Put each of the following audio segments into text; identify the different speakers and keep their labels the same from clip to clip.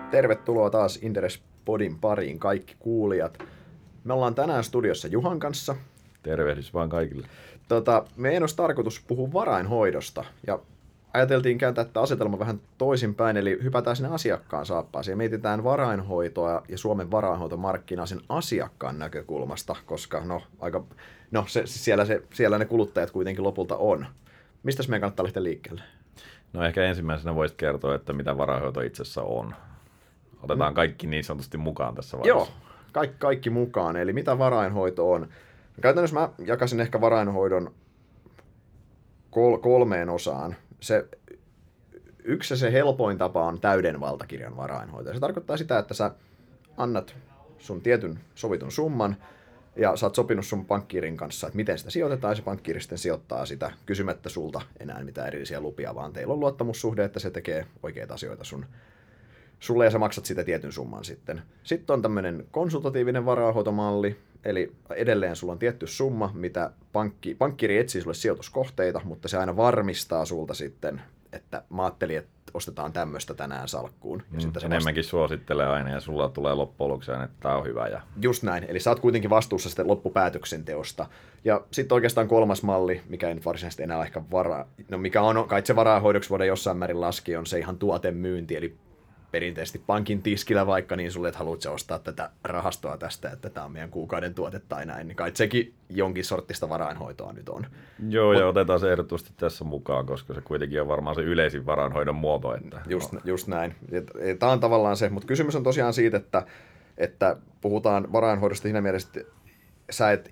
Speaker 1: Tervetuloa taas Inderes Podin pariin kaikki kuulijat. Me ollaan tänään studiossa Juhan kanssa.
Speaker 2: Tervehdys vaan kaikille.
Speaker 1: Meidän olisi tarkoitus puhua varainhoidosta ja ajateltiin kääntää tämä asetelma vähän toisinpäin, eli hypätään sinne asiakkaan saappaaseen ja mietitään varainhoitoa ja Suomen varainhoitomarkkinaa sen asiakkaan näkökulmasta, koska siellä ne kuluttajat kuitenkin lopulta on. Mistäs meidän kannattaa lähteä liikkeelle?
Speaker 2: No ehkä ensimmäisenä voisit kertoa, että mitä varainhoito itse asiassa on. Otetaan kaikki niin sanotusti mukaan tässä vaiheessa.
Speaker 1: Joo, kaikki mukaan. Eli mitä varainhoito on? Käytännössä mä jakasin ehkä varainhoidon kolmeen osaan. Se helpoin tapa on täyden valtakirjan varainhoito. Se tarkoittaa sitä, että sä annat sun tietyn sovitun summan ja sä oot sopinut sun pankkiirin kanssa, että miten sitä sijoitetaan, ja se pankkiiri sitten sijoittaa sitä kysymättä sulta enää mitään erillisiä lupia, vaan teillä on luottamussuhde, että se tekee oikeita asioita sulle ja sä maksat sitä tietyn summan sitten. Sitten on tämmöinen konsultatiivinen varainhoitomalli, eli edelleen sulla on tietty summa, mitä pankkiiri etsii sulle sijoituskohteita, mutta se aina varmistaa sulta sitten, että mä ajattelin, että ostetaan tämmöistä tänään salkkuun. Ja sitten se
Speaker 2: enemmänkin suosittelee aina ja sulla tulee loppujen lopuksi aina, että tämä on hyvä.
Speaker 1: Just näin, eli sä oot kuitenkin vastuussa sitten loppupäätöksenteosta. Ja sitten oikeastaan kolmas malli, mikä ei nyt varsinaisesti enää ehkä mikä on kai se varainhoidoksi voidaan jossain määrin laskea, on se ihan tuotemyynti, eli perinteisesti pankin tiskillä vaikka, niin sulle, että haluat ostaa tätä rahastoa tästä, että tämä on meidän kuukauden tuote tai näin, niin kai sekin jonkin sorttista varainhoitoa nyt on.
Speaker 2: Joo, ja otetaan se ehdottomasti tässä mukaan, koska se kuitenkin on varmaan se yleisin varainhoidon muoto. Että
Speaker 1: just näin. Tämä on tavallaan se, mutta kysymys on tosiaan siitä, että puhutaan varainhoidosta siinä mielessä, että sä et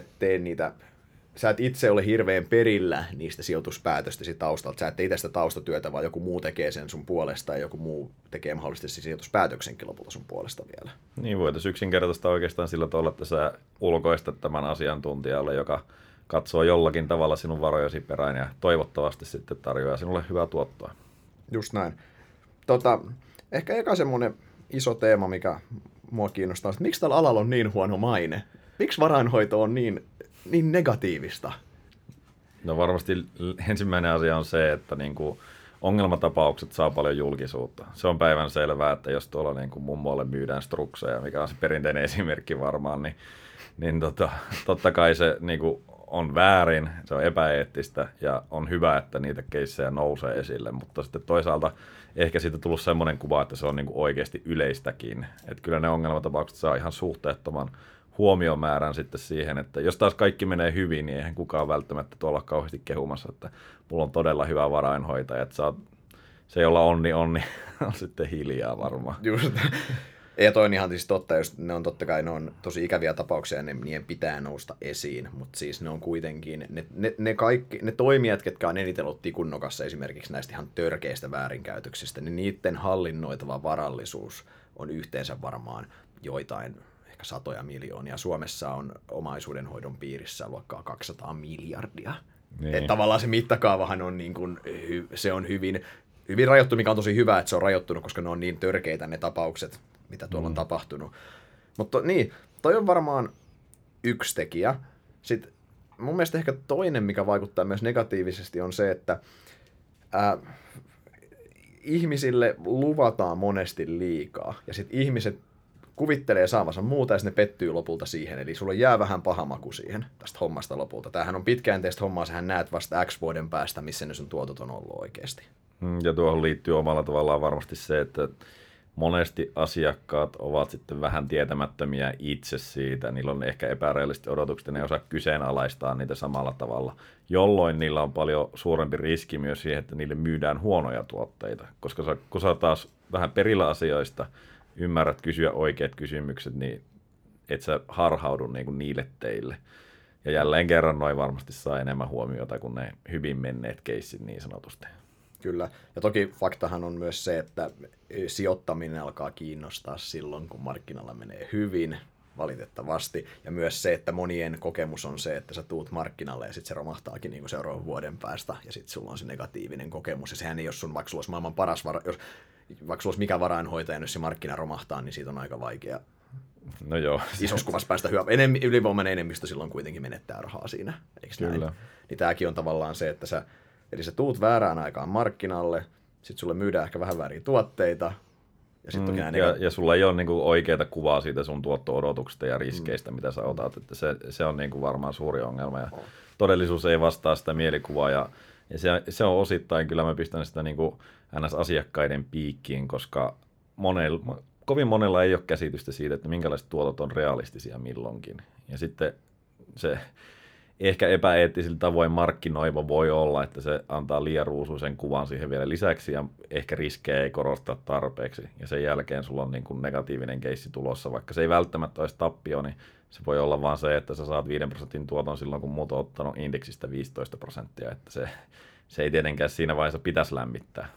Speaker 1: itse ole hirveän perillä niistä sijoituspäätöstä taustalta. Sä et tee sitä taustatyötä, vaan joku muu tekee sen sun puolesta ja joku muu tekee mahdollisesti sijoituspäätöksenkin lopulta sun puolesta vielä.
Speaker 2: Niin voitaisiin yksinkertaista oikeastaan sillä tavalla, että sä ulkoistat tämän asiantuntijalle, joka katsoo jollakin tavalla sinun varojasi perään ja toivottavasti sitten tarjoaa sinulle hyvää tuottoa.
Speaker 1: Just näin. Ehkä eka semmoinen iso teema, mikä mua kiinnostaa, että miksi tällä alalla on niin huono maine? Miksi varainhoito on niin negatiivista?
Speaker 2: No varmasti ensimmäinen asia on se, että niinku ongelmatapaukset saa paljon julkisuutta. Se on päivän selvää, että jos tuolla niinku mummoille myydään strukseja, mikä on se perinteinen esimerkki varmaan, niin totta kai se niinku on väärin, se on epäeettistä ja on hyvä, että niitä keissejä nousee esille, mutta sitten toisaalta ehkä siitä on tullut semmoinen kuva, että se on niinku oikeasti yleistäkin. Että kyllä ne ongelmatapaukset saa ihan suhteettoman huomiomäärän sitten siihen, että jos taas kaikki menee hyvin, niin eihän kukaan välttämättä tuolla kauheasti kehumassa, että mulla on todella hyvä varainhoitaja, että se jolla onni on sitten hiljaa varmaan. Just.
Speaker 1: Ja toi on ihan siis totta, jos ne on tosi ikäviä tapauksia, niin niiden pitää nousta esiin, mutta siis ne on kuitenkin, ne toimijat, ketkä on eniten ollut tikunnokassa esimerkiksi näistä ihan törkeistä väärinkäytöksistä, niin niiden hallinnoitava varallisuus on yhteensä varmaan joitain ehkä 100 miljoonia. Suomessa on omaisuudenhoidon piirissä luokkaa 200 miljardia. Niin. Että tavallaan se mittakaavahan on, niin kuin, se on hyvin rajoittu, mikä on tosi hyvä, että se on rajoittunut, koska ne on niin törkeitä ne tapaukset, mitä tuolla on tapahtunut. Mutta niin, toi on varmaan yksi tekijä. Sitten mun mielestä ehkä toinen, mikä vaikuttaa myös negatiivisesti, on se, että ihmisille luvataan monesti liikaa. Ja sitten ihmiset kuvittelee saavansa muuta ja sitten ne pettyy lopulta siihen. Eli sulla jää vähän paha maku siihen tästä hommasta lopulta. Tämähän on pitkäjänteistä hommaa, sähän näet vasta X vuoden päästä, missä ne sun tuotot on ollut oikeasti.
Speaker 2: Ja tuohon liittyy omalla tavallaan varmasti se, että monesti asiakkaat ovat sitten vähän tietämättömiä itse siitä. Niillä on ehkä epärealistiset odotukset ja ne ei osaa kyseenalaistaa niitä samalla tavalla, jolloin niillä on paljon suurempi riski myös siihen, että niille myydään huonoja tuotteita. Koska kun sä taas vähän perillä asioista, ymmärrät kysyä oikeat kysymykset, niin et sä harhaudu niin kuin niille teille. Ja jälleen kerran noin varmasti saa enemmän huomiota kuin ne hyvin menneet keissit niin sanotusti.
Speaker 1: Kyllä. Ja toki faktahan on myös se, että sijoittaminen alkaa kiinnostaa silloin, kun markkinalla menee hyvin, valitettavasti. Ja myös se, että monien kokemus on se, että sä tuut markkinalle ja sitten se romahtaakin niin kuin seuraavan vuoden päästä. Ja sitten sulla on se negatiivinen kokemus. Ja sehän ei ole sun, vaikka sulla olisi maailman paras vaikka sulla olisi mikä varainhoitaja, jos se markkina romahtaa, niin siitä on aika vaikea
Speaker 2: No joo.
Speaker 1: Isossa kuvassa päästä hyvä. Ylivoimainen enemmistö silloin kuitenkin menettää rahaa siinä, eikö näin?
Speaker 2: Kyllä.
Speaker 1: Niin tämäkin on tavallaan se, että sä tuut väärään aikaan markkinalle, sit sulle myydään ehkä vähän väärin tuotteita, Ja, sit toki
Speaker 2: ja sulla ei ole niin kuin oikeaa kuvaa siitä sun tuotto-odotuksesta ja riskeistä, mitä sä otat. Että se on niin kuin varmaan suuri ongelma. Ja todellisuus ei vastaa sitä mielikuvaa. Ja se on osittain, kyllä mä pistän sitä niin kuin NS-asiakkaiden piikkiin, koska kovin monella ei ole käsitystä siitä, että minkälaiset tuotot on realistisia milloinkin. Ja sitten se ehkä epäeettisillä tavoin markkinoiva voi olla, että se antaa liian ruusuisen kuvan siihen vielä lisäksi ja ehkä riskejä ei korosta tarpeeksi. Ja sen jälkeen sulla on niin kuin negatiivinen keissi tulossa, vaikka se ei välttämättä olisi tappio, niin se voi olla vaan se, että sä saat 5% tuoton silloin, kun muut on ottanut indeksistä 15%, että se ei tietenkään siinä vaiheessa pitäisi lämmittää.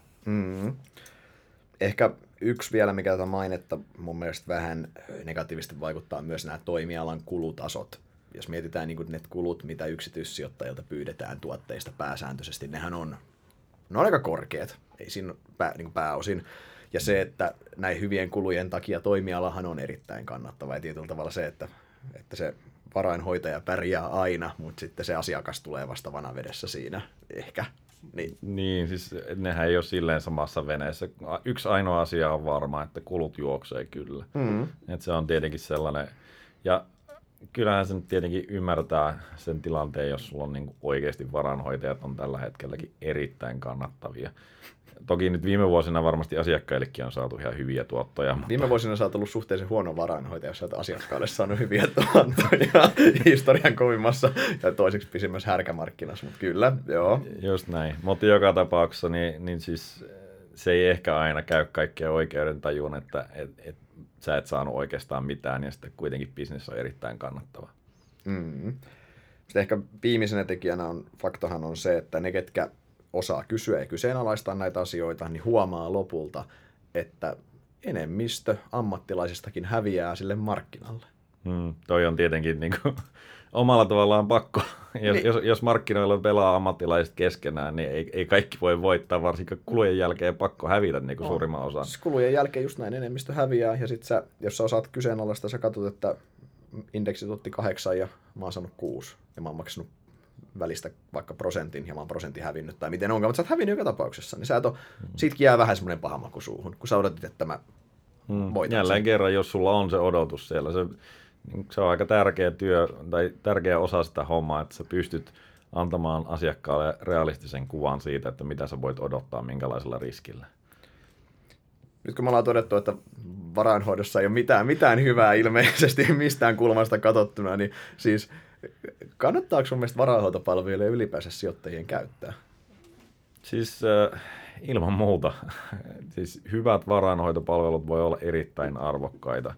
Speaker 1: Ehkä yksi vielä, mikä tätä mainetta mun mielestä vähän negatiivisesti vaikuttaa myös nämä toimialan kulutasot. Jos mietitään niin ne kulut, mitä yksityissijoittajilta pyydetään tuotteista pääsääntöisesti, ne on aika korkeat, ei siinä niin pääosin. Ja se, että näin hyvien kulujen takia toimialahan on erittäin kannattava. Ja tietyllä tavalla se, että se varainhoitaja pärjää aina, mutta sitten se asiakas tulee vasta vanavedessä siinä ehkä.
Speaker 2: Niin, siis nehän ei ole silleen samassa veneessä. Yksi ainoa asia on varma, että kulut juoksee kyllä. Että se on tietenkin sellainen. Ja kyllähän sen tietenkin ymmärtää sen tilanteen, jos sulla on niin oikeasti varainhoitajat on tällä hetkelläkin erittäin kannattavia. Toki nyt viime vuosina varmasti asiakkaillekin on saatu ihan hyviä tuottoja.
Speaker 1: Viime vuosina sä oot ollut suhteellisen huono varainhoitaja, jos sä oot asiakkaalle saanut hyviä tuottoja historian kovimmassa ja toiseksi pisimmässä härkämarkkinassa, mutta kyllä, joo.
Speaker 2: Just näin, mutta joka tapauksessa niin siis se ei ehkä aina käy kaikkea oikeudentajuun, että sä et saanut oikeastaan mitään ja sitten kuitenkin bisnes on erittäin kannattava.
Speaker 1: Sitten ehkä viimeisenä tekijänä faktahan on se, että ne, ketkä osaa kysyä ja kyseenalaistaa näitä asioita, niin huomaa lopulta, että enemmistö ammattilaisistakin häviää sille markkinalle.
Speaker 2: Toi on tietenkin niin kuin, omalla tavallaan pakko. Jos markkinoilla pelaa ammattilaiset keskenään, niin ei kaikki voi voittaa, varsinkin kulujen jälkeen pakko hävitä niin kuin suurimman osan.
Speaker 1: Siis kulujen jälkeen just näin enemmistö häviää, ja sitten jos sä osaat kyseenalaista, sä katsot, että indeksit otti 8 ja mä oon saanut 6, ja mä oon maksanut välistä vaikka prosentin ja mä oon prosentin hävinnyt, tai miten onkaan, mutta sä oot hävinnyt joka tapauksessa, niin siitäkin jää vähän semmoinen paha maku suuhun, kun sä odotit, että mä voitan
Speaker 2: jälleen
Speaker 1: sen.
Speaker 2: kerran, jos sulla on se odotus siellä, se on aika tärkeä työ, tai tärkeä osa sitä hommaa, että sä pystyt antamaan asiakkaalle realistisen kuvan siitä, että mitä sä voit odottaa, minkälaisella riskillä.
Speaker 1: Nyt kun me ollaan todettu, että varainhoidossa ei ole mitään hyvää ilmeisesti mistään kulmasta katsottuna, niin siis kannattaako sun mielestä varainhoitopalveluja ylipäänsä sijoittajien käyttää?
Speaker 2: Siis ilman muuta. Siis hyvät varainhoitopalvelut voi olla erittäin arvokkaita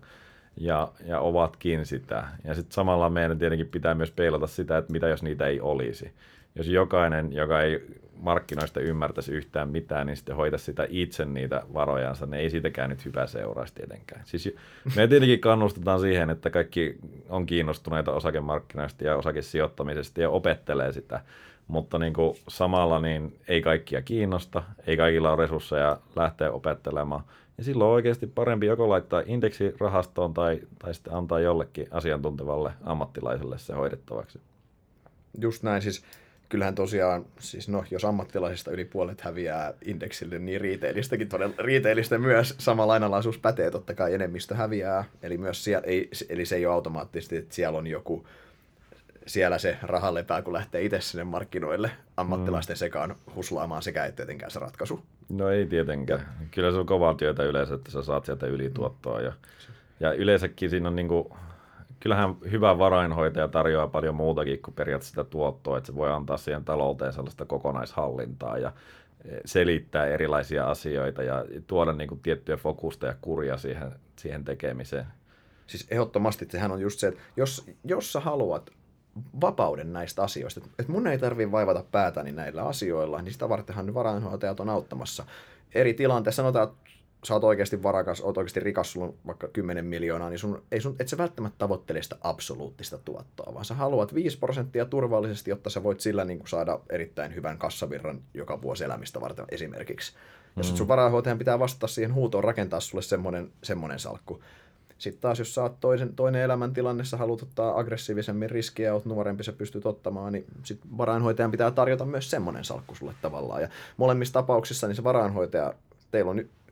Speaker 2: ja ovatkin sitä. Ja sitten samalla meidän tietenkin pitää myös peilata sitä, että mitä jos niitä ei olisi. Jos jokainen, joka ei markkinoista ymmärtäisi yhtään mitään, niin sitten hoitaisi sitä itse niitä varojansa, niin ei siitäkään nyt hyvä seuraisi tietenkään. Siis me tietenkin kannustetaan siihen, että kaikki on kiinnostuneita osakemarkkinoista ja osakesijoittamisesta ja opettelee sitä, mutta niin kuin samalla niin ei kaikkia kiinnosta, ei kaikilla ole resursseja lähteä opettelemaan. Ja silloin on oikeasti parempi joko laittaa indeksirahastoon tai sitten antaa jollekin asiantuntevalle ammattilaiselle se hoidettavaksi.
Speaker 1: Just näin, siis kyllähän tosiaan, siis jos ammattilaisista yli puolet häviää indeksille, niin retailista myös sama lainalaisuus pätee, totta kai enemmistö häviää, eli myös eli se ei ole automaattisesti, että siellä on joku, siellä se raha lepää, kun lähtee itse sinne markkinoille ammattilaisten sekaan huslaamaan, sekä ei tietenkään se ratkaisu.
Speaker 2: No ei tietenkään. Kyllä se on kovaa työtä yleensä, että sä saat sieltä ylituottoa ja yleensäkin siinä on niinku, kyllähän hyvä varainhoitaja tarjoaa paljon muutakin kuin periaatteessa sitä tuottoa, että se voi antaa siihen talouteen sellaista kokonaishallintaa ja selittää erilaisia asioita ja tuoda niinku tiettyä fokusta ja kuria siihen tekemiseen.
Speaker 1: Siis ehdottomasti sehän on just se, että jos sä haluat vapauden näistä asioista, että mun ei tarvitse vaivata päätäni näillä asioilla, niin sitä vartenhan varainhoitajat on auttamassa. Eri tilanteessa sanotaan, että sä oot oikeasti varakas, oot oikeasti rikas, sulla on vaikka 10 miljoonaa, niin et sä välttämättä tavoittele sitä absoluuttista tuottoa, vaan sä haluat 5% turvallisesti, jotta sä voit sillä niin kuin saada erittäin hyvän kassavirran joka vuosi elämistä varten esimerkiksi. Jos sun varainhoitajan pitää vastata siihen huutoon, rakentaa sulle semmoinen salkku. Sitten taas, jos sä oot toinen elämäntilanne, sä haluat ottaa aggressiivisemmin riskiä, oot nuorempi, sä pystyt ottamaan, niin sit varainhoitajan pitää tarjota myös semmoinen salkku sulle tavallaan. Ja molemmissa tapauksissa niin se varainhoitaja, teillä on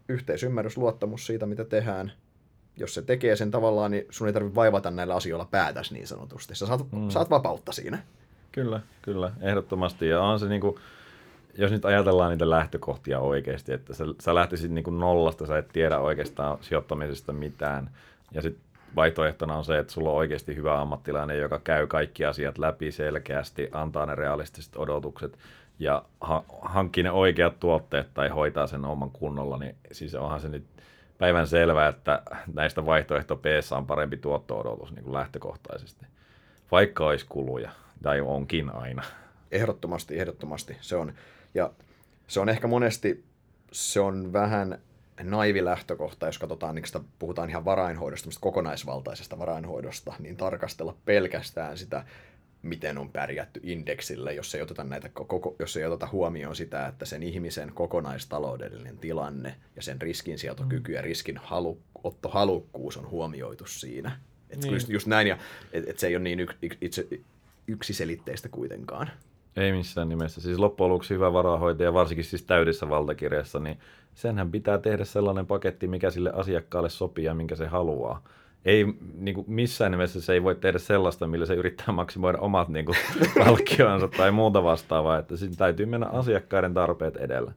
Speaker 1: yhteisymmärrys, luottamus siitä, mitä tehdään. Jos se tekee sen tavallaan, niin sun ei tarvitse vaivata näillä asioilla päätäs niin sanotusti. Sä saat vapautta siinä.
Speaker 2: Kyllä, ehdottomasti. Ja on se niinku, jos nyt ajatellaan niitä lähtökohtia oikeasti, että sä lähtisit niinku nollasta, sä et tiedä oikeastaan sijoittamisesta mitään. Ja sitten vaihtoehtona on se, että sulla on oikeasti hyvä ammattilainen, joka käy kaikki asiat läpi selkeästi, antaa ne realistiset odotukset ja hankkii ne oikeat tuotteet tai hoitaa sen oman kunnolla, niin siis onhan se nyt päivän selvää, että näistä vaihtoehto P:ssä on parempi tuotto-odotus niin kuin lähtökohtaisesti, vaikka olisi kuluja, tai onkin aina.
Speaker 1: Ehdottomasti se on. Ja se on ehkä monesti, se on vähän naivi lähtökohta, jos katsotaan, niin puhutaan ihan varainhoidosta, kokonaisvaltaisesta varainhoidosta, niin tarkastella pelkästään sitä, miten on pärjätty indeksillä, jos ei oteta huomioon sitä, että sen ihmisen kokonaistaloudellinen tilanne ja sen riskinsietokyky ja riskinottohalukkuus on huomioitu siinä. Että niin. Just näin, ja se ei ole niin yksiselitteistä kuitenkaan.
Speaker 2: Ei missään nimessä. Siis loppujen lopuksi hyvä varainhoitaja, varsinkin siis täydessä valtakirjassa, niin senhän pitää tehdä sellainen paketti, mikä sille asiakkaalle sopii ja minkä se haluaa. Ei niin kuin missään nimessä se ei voi tehdä sellaista, millä se yrittää maksimoida omat niin kuin, palkkionsa tai muuta vastaavaa, että siinä täytyy mennä asiakkaiden tarpeet edellä.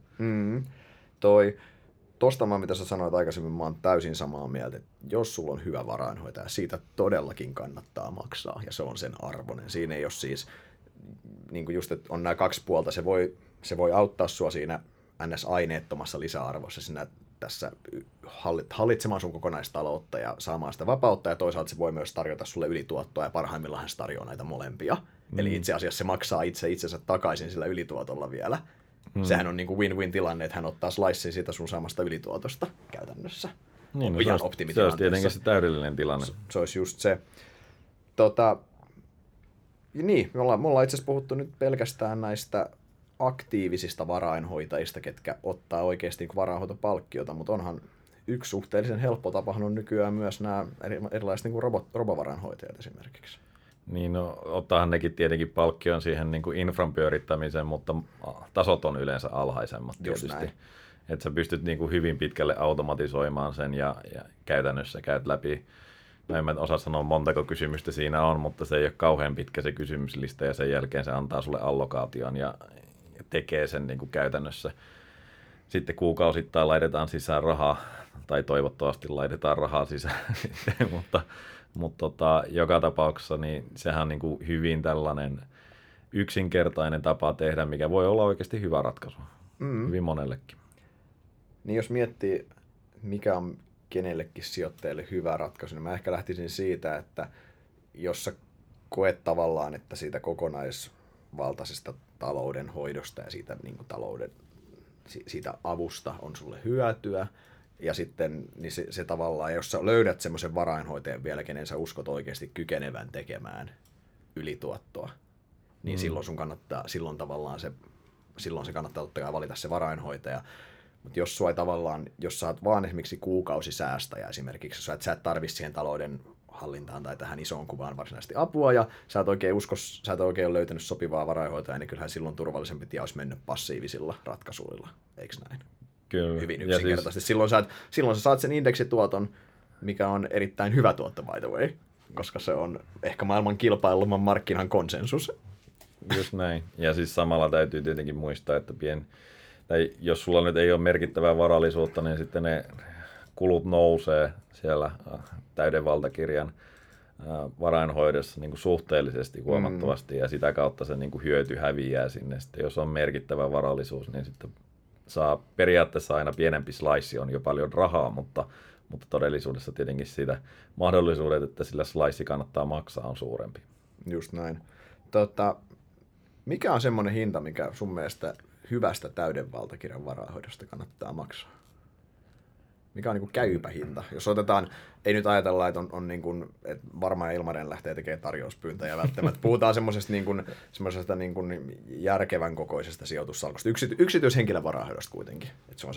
Speaker 1: Tosta mitä sä sanoit aikaisemmin, mä oon täysin samaa mieltä, että jos sulla on hyvä varainhoitaja, siitä todellakin kannattaa maksaa ja se on sen arvoinen. Siinä ei ole siis, niin kuin just, että on nämä kaksi puolta, se voi auttaa sua siinä NS-aineettomassa lisäarvossa siinä tässä hallitsemaan sun kokonaistaloutta ja saamaan sitä vapautta, ja toisaalta se voi myös tarjota sulle ylituottoa, ja parhaimmillaan se tarjoaa näitä molempia. Eli itse asiassa se maksaa itsensä takaisin sillä ylituotolla vielä. Sehän on niin kuin win-win tilanne, että hän ottaa slicein siitä sun saamasta ylituotosta käytännössä.
Speaker 2: Niin, ihan se olisi tietenkin se täydellinen tilanne.
Speaker 1: Se olisi just se. Niin, me ollaan itse asiassa puhuttu nyt pelkästään näistä aktiivisista varainhoitajista, ketkä ottaa oikeasti varainhoitopalkkiota, mutta onhan yksi suhteellisen helppo tapahan on nykyään myös nämä erilaiset niin robovarainhoitajat esimerkiksi.
Speaker 2: Niin, no ottaahan nekin tietenkin palkkion siihen niin kuin infran pyörittämiseen, mutta tasot on yleensä alhaisemmat tietysti. Että sä pystyt niin kuin hyvin pitkälle automatisoimaan sen ja käytännössä käyt läpi. No en osaa sanoa montako kysymystä siinä on, mutta se ei ole kauhean pitkä se kysymyslista ja sen jälkeen se antaa sulle allokaation ja tekee sen niin kuin käytännössä. Sitten kuukausittain laitetaan sisään rahaa, tai toivottavasti laitetaan rahaa sisään, mutta joka tapauksessa niin sehän on niin kuin hyvin tällainen yksinkertainen tapa tehdä, mikä voi olla oikeasti hyvä ratkaisu, hyvin monellekin.
Speaker 1: Niin jos miettii, mikä on kenellekin sijoittajalle hyvä ratkaisu, niin mä ehkä lähtisin siitä, että jos sä koet tavallaan, että siitä kokonaisvaltaisesta taloudenhoidosta ja siitä, niin kuin siitä avusta on sulle hyötyä, ja sitten niin se tavallaan, jos sä löydät semmoisen varainhoitajan vielä, kenen sä uskot oikeasti kykenevän tekemään ylituottoa, niin silloin se kannattaa totta kai valita se varainhoitaja. Mutta jos sä oot vaan esimerkiksi kuukausisäästäjä esimerkiksi, jos sä et tarvitse siihen talouden hallintaan tai tähän isoon kuvaan varsinaisesti apua, ja sä et oikein ole löytänyt sopivaa varainhoitajaa, niin kyllähän silloin turvallisempi tie olisi mennyt passiivisilla ratkaisuilla, eikö näin?
Speaker 2: Kyllä.
Speaker 1: Hyvin yksinkertaisesti. Silloin sä saat sen indeksituoton, mikä on erittäin hyvä tuotto, by the way, koska se on ehkä maailman kilpailumman markkinan konsensus.
Speaker 2: Just näin. Ja siis samalla täytyy tietenkin muistaa, että tai jos sulla nyt ei ole merkittävää varallisuutta, niin sitten ne kulut nousee siellä täyden valtakirjan varainhoidossa niin kuin suhteellisesti huomattavasti, ja sitä kautta se niin kuin hyöty häviää sinne. Sitten jos on merkittävä varallisuus, niin sitten saa periaatteessa aina pienempi slice, on jo paljon rahaa, mutta todellisuudessa tietenkin siitä mahdollisuudet, että sillä slice kannattaa maksaa, on suurempi.
Speaker 1: Just näin. Mikä on semmoinen hinta, mikä sun mielestä hyvästä täyden valtakirjan varainhoidosta kannattaa maksaa? Mikä on niin kuin käypä hinta? Jos otetaan, ei nyt ajatella, että on niin kuin, että varmaan Ilmaren lähtee tekemään tarjouspyyntöjä välttämättä. Puhutaan semmoisesta niin kuin järkevän kokoisesta sijoitussalkusta. Yksityishenkilön varainhoidosta kuitenkin. Että se on se...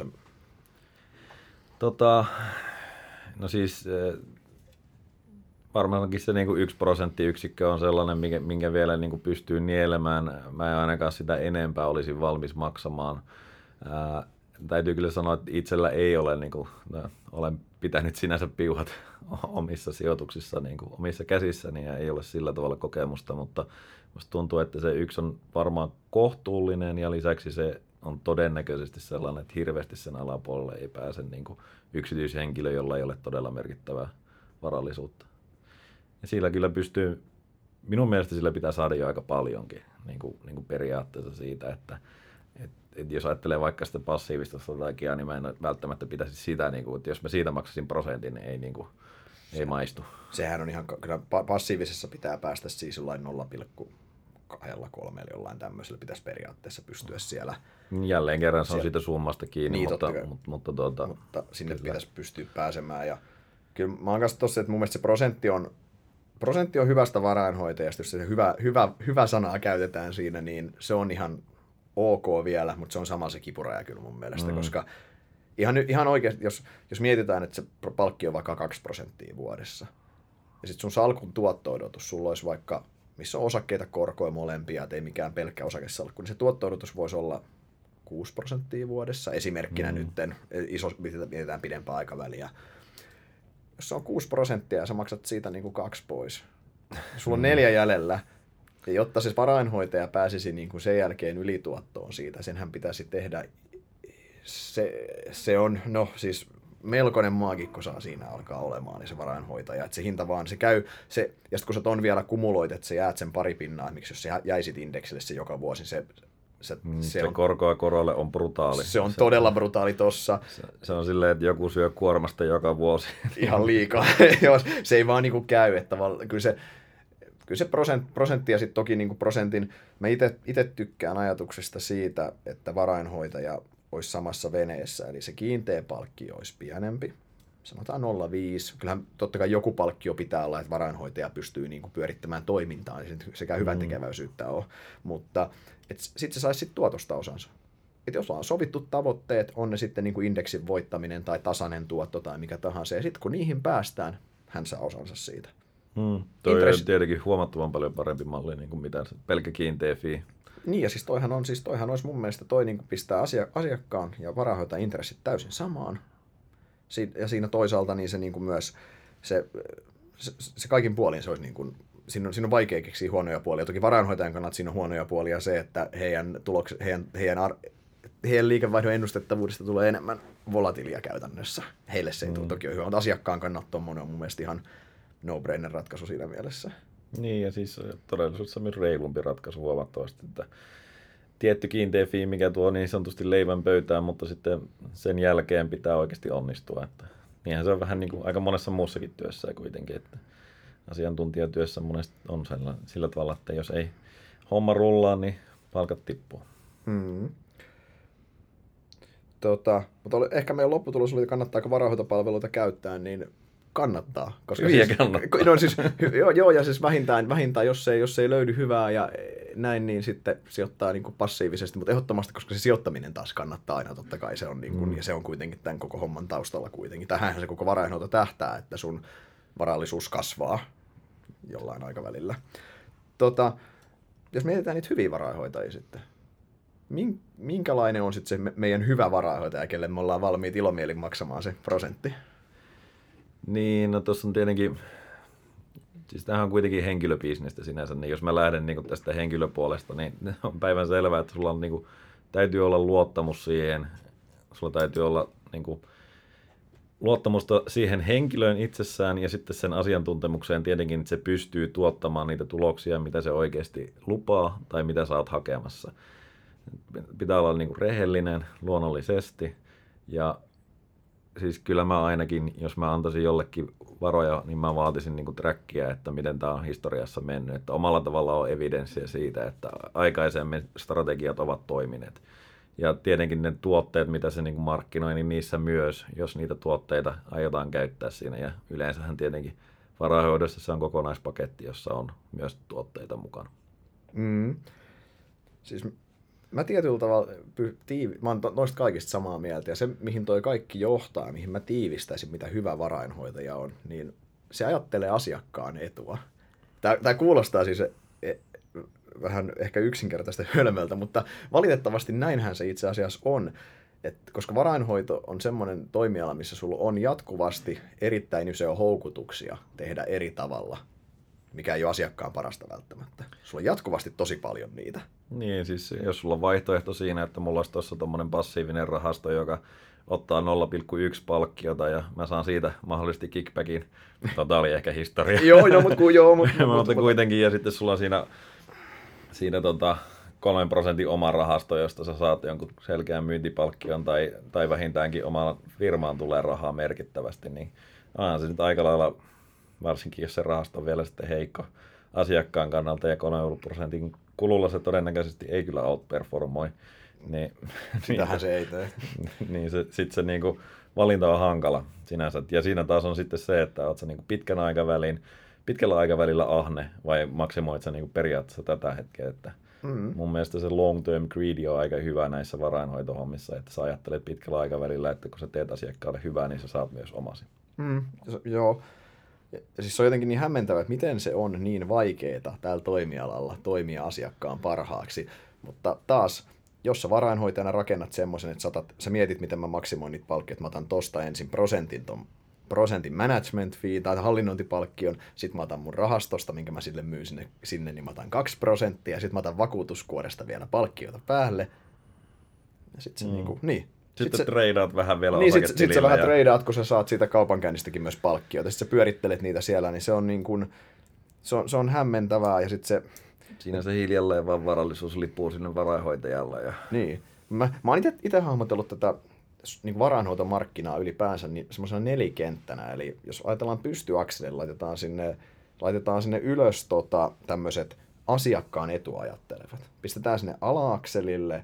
Speaker 2: No siis varmaankin se niin kuin 1% on sellainen, minkä vielä niin kuin pystyy nielemään. Mä en ainakaan sitä enempää olisi valmis maksamaan. täytyy kyllä sanoa, että itsellä ei ole, niin kuin, olen pitänyt sinänsä piuhat omissa sijoituksissa niin kuin omissa käsissäni ja ei ole sillä tavalla kokemusta, mutta musta tuntuu, että se yksi on varmaan kohtuullinen ja lisäksi se on todennäköisesti sellainen, että hirveästi sen alapuolelle ei pääse niin kuin yksityishenkilö, jolla ei ole todella merkittävää varallisuutta. Ja sillä kyllä pystyy, minun mielestä sillä pitää saada jo aika paljonkin niin kuin periaatteessa siitä, että jos ajattelee vaikka sitä passiivista strategiaa, niin mä en välttämättä pitäisi sitä, niin kuin, että jos mä siitä maksasin prosentin, niin ei, niin kuin, ei maistu.
Speaker 1: Sehän on ihan, kyllä passiivisessa pitää päästä siis jollain 0,2-3 eli jollain tämmöisellä pitäisi periaatteessa pystyä siellä.
Speaker 2: Jälleen kerran se on siitä summasta kiinni,
Speaker 1: niin,
Speaker 2: mutta
Speaker 1: sinne kyllä pitäisi pystyä pääsemään. Ja kyllä mä oon kanssa tossa, että mun mielestä se prosentti on hyvästä varainhoitajasta, jos se hyvä sanaa käytetään siinä, niin se on ihan ok vielä, mutta se on sama se kipuraja kyllä mun mielestä, koska ihan oikeasti, jos mietitään, että se palkki on vaikka 2% vuodessa, ja sitten sun salkun tuotto-odotus, sulla olisi vaikka, missä on osakkeita, korkoja molempia, et ei mikään pelkkä osakesalkku, niin se tuotto-odotus voisi olla 6% vuodessa, esimerkkinä nytten, mietitään pidempää aikaväliä. Jos se on 6% ja sä maksat siitä niin kuin 2 pois, sulla on 4 jäljellä, ja jotta se varainhoitaja pääsisi niin kuin sen jälkeen ylituottoon siitä, senhän pitäisi tehdä, se on, no siis melkoinen maagikko saa siinä alkaa olemaan, niin se varainhoitaja, että se hinta vaan, se käy, ja sitten kun sä ton vielä kumuloit, että sä jäät sen pari pinnaa, miksi jos sä jäisit indeksille se joka vuosi,
Speaker 2: se on, korkoa korolle on brutaali.
Speaker 1: Se on todella brutaali tossa.
Speaker 2: Se on silleen, että joku syö kuormasta joka vuosi.
Speaker 1: Ihan liikaa. Se ei vaan niinku käy, että kyllä se prosentti ja sitten toki niinku prosentin, mä itse tykkään ajatuksesta siitä, että varainhoitaja olisi samassa veneessä, eli se kiinteä palkkio olisi pienempi, sanotaan 0,5. Kyllähän totta kai joku palkkio pitää olla, että varainhoitaja pystyy niinku pyörittämään toimintaa, niin sekä hyvän tekeväisyyttä on, mutta sitten se saisi tuotosta osansa. Et jos on sovittu tavoitteet, on ne sitten niinku indeksin voittaminen tai tasainen tuotto tai mikä tahansa, ja sitten kun niihin päästään, hän saa osansa siitä.
Speaker 2: Toi on tietenkin huomattavan paljon parempi malli niin kuin mitä se pelkkä kiinteä fee.
Speaker 1: Niin, ja toihan olisi mun mielestä niin kuin pistää asiakkaan ja varainhoitajan intressit täysin samaan. Ja siinä toisaalta niin se niin kuin myös, se kaikin puolin se olisi niin kuin, siinä on vaikea keksiä huonoja puolia. Toki varainhoitajan kannalta siinä on huonoja puolia se, että heidän liikevaihdon ennustettavuudesta tulee enemmän volatiilia käytännössä. Heille se ei tule toki ole hyvä, mutta asiakkaan kannalta tuommoinen on mun mielestä ihan no-brainer ratkaisu siinä mielessä.
Speaker 2: Niin, ja siis todellisuudessa myös reilumpi ratkaisu huomattavasti, että tietty kiinteä fee, mikä tuo niin sanotusti leivän pöytään, mutta sitten sen jälkeen pitää oikeasti onnistua. Että niinhän se on vähän niin kuin aika monessa muussakin työssä kuitenkin, että asiantuntijatyössä monesti on sillä tavalla, että jos ei homma rullaa, niin palkat tippuu.
Speaker 1: Mutta ehkä meidän lopputulos oli, että kannattaako varainhoitopalveluita käyttää, niin kannattaa. Koska
Speaker 2: kannattaa.
Speaker 1: No siis, joo, ja siis vähintään jos ei löydy hyvää ja näin, niin sitten sijoittaa niin kuin passiivisesti, mutta ehdottomasti, koska se sijoittaminen taas kannattaa aina, totta kai se on, niin kuin, ja se on kuitenkin tämän koko homman taustalla kuitenkin. Tähänhän se koko varainhoito tähtää, että sun varallisuus kasvaa jollain aikavälillä. Jos mietitään niitä hyviä varainhoitajia sitten, minkälainen on sitten se meidän hyvä varainhoitaja, kelle me ollaan valmiit ilomielin maksamaan se prosentti?
Speaker 2: Niin, no tuossa on tietenkin, siis tämähän on kuitenkin henkilöbisnestä sinänsä, niin jos mä lähden niin tästä henkilöpuolesta, niin on päivän selvää, että sulla on, niin kuin, täytyy olla luottamus siihen, sulla täytyy olla niin kuin, luottamusta siihen henkilöön itsessään ja sitten sen asiantuntemukseen tietenkin, että se pystyy tuottamaan niitä tuloksia, mitä se oikeasti lupaa tai mitä sä oot hakemassa. Pitää olla niin kuin rehellinen luonnollisesti ja siis kyllä mä ainakin, jos mä antaisin jollekin varoja, niin mä vaatisin niin kuin trackia, että miten tämä on historiassa mennyt. Että omalla tavalla on evidenssiä siitä, että aikaisemmin strategiat ovat toimineet. Ja tietenkin ne tuotteet, mitä se niin kuin markkinoi, niin niissä myös, jos niitä tuotteita aiotaan käyttää siinä. Ja yleensähän tietenkin varainhoidossa se on kokonaispaketti, jossa on myös tuotteita mukana.
Speaker 1: Siis mä tietyllä tavalla, mä oon noista kaikista samaa mieltä, ja se, mihin toi kaikki johtaa, mihin mä tiivistäisin, mitä hyvä varainhoitaja on, niin se ajattelee asiakkaan etua. Tää kuulostaa siis vähän ehkä yksinkertaista hölmöltä, mutta valitettavasti näinhän se itse asiassa on. koska varainhoito on semmoinen toimiala, missä sulla on jatkuvasti erittäin isoja houkutuksia tehdä eri tavalla, mikä ei ole asiakkaan parasta välttämättä. Sulla on jatkuvasti tosi paljon niitä.
Speaker 2: Niin, siis jos sulla on vaihtoehto siinä, että mulla olisi tuossa tommonen passiivinen rahasto, joka ottaa 0,1 palkkiota ja mä saan siitä mahdollisesti kickbackin. Tämä oli ehkä historia.
Speaker 1: mutta
Speaker 2: kuitenkin, ja sitten sulla on siinä 3% oma rahasto, josta sä saat jonkun selkeän myyntipalkkion tai vähintäänkin omaan firmaan tulee rahaa merkittävästi, niin onhan se nyt aika lailla, varsinkin jos se rahasto on vielä sitten heikko asiakkaan kannalta ja 3% kululla se todennäköisesti ei kyllä outperformoi.
Speaker 1: Sitähän se ei tee.
Speaker 2: Niin sitten se niinku valinta on hankala sinänsä. Ja siinä taas on sitten se, että oot sä niinku pitkällä aikavälillä ahne vai maksimoit sä niinku periaatteessa tätä hetkeä. Että mun mielestä se long term greed on aika hyvä näissä varainhoitohommissa, että sä ajattelet pitkällä aikavälillä, että kun sä teet asiakkaalle hyvää, niin sä saat myös omasi.
Speaker 1: Joo. Ja siis se on jotenkin niin hämmentävää, että miten se on niin vaikeaa täällä toimialalla toimia asiakkaan parhaaksi. Mutta taas, jos sä varainhoitajana rakennat semmoisen, että sä mietit, miten mä maksimoin niitä palkkia, että mä otan tosta ensin prosentin management fee tai hallinnointipalkkion, sit mä otan mun rahastosta, minkä mä sille myyn sinne niin mä otan 2%, ja sit mä otan vakuutuskuoresta vielä palkkiota päälle. Ja sit se niin.
Speaker 2: Sitten treidaat vähän vielä
Speaker 1: osaketilillä. Sitten sä vähän treidaat, kun sä saat siitä kaupankäynnistäkin myös palkkiota. Sitten sä pyörittelet niitä siellä, niin se on, niin kuin, se on hämmentävää. Ja sit
Speaker 2: siinä se hiljalleen vaan varallisuus lipuu sinne varainhoitajalle. Ja...
Speaker 1: Niin. Mä oon itse hahmotellut tätä niin varainhoitomarkkinaa ylipäänsä niin semmoisena nelikenttänä. Eli jos ajatellaan pystyakselilla, laitetaan sinne ylös tämmöiset asiakkaan etuajattelevat. Pistetään sinne ala-akselille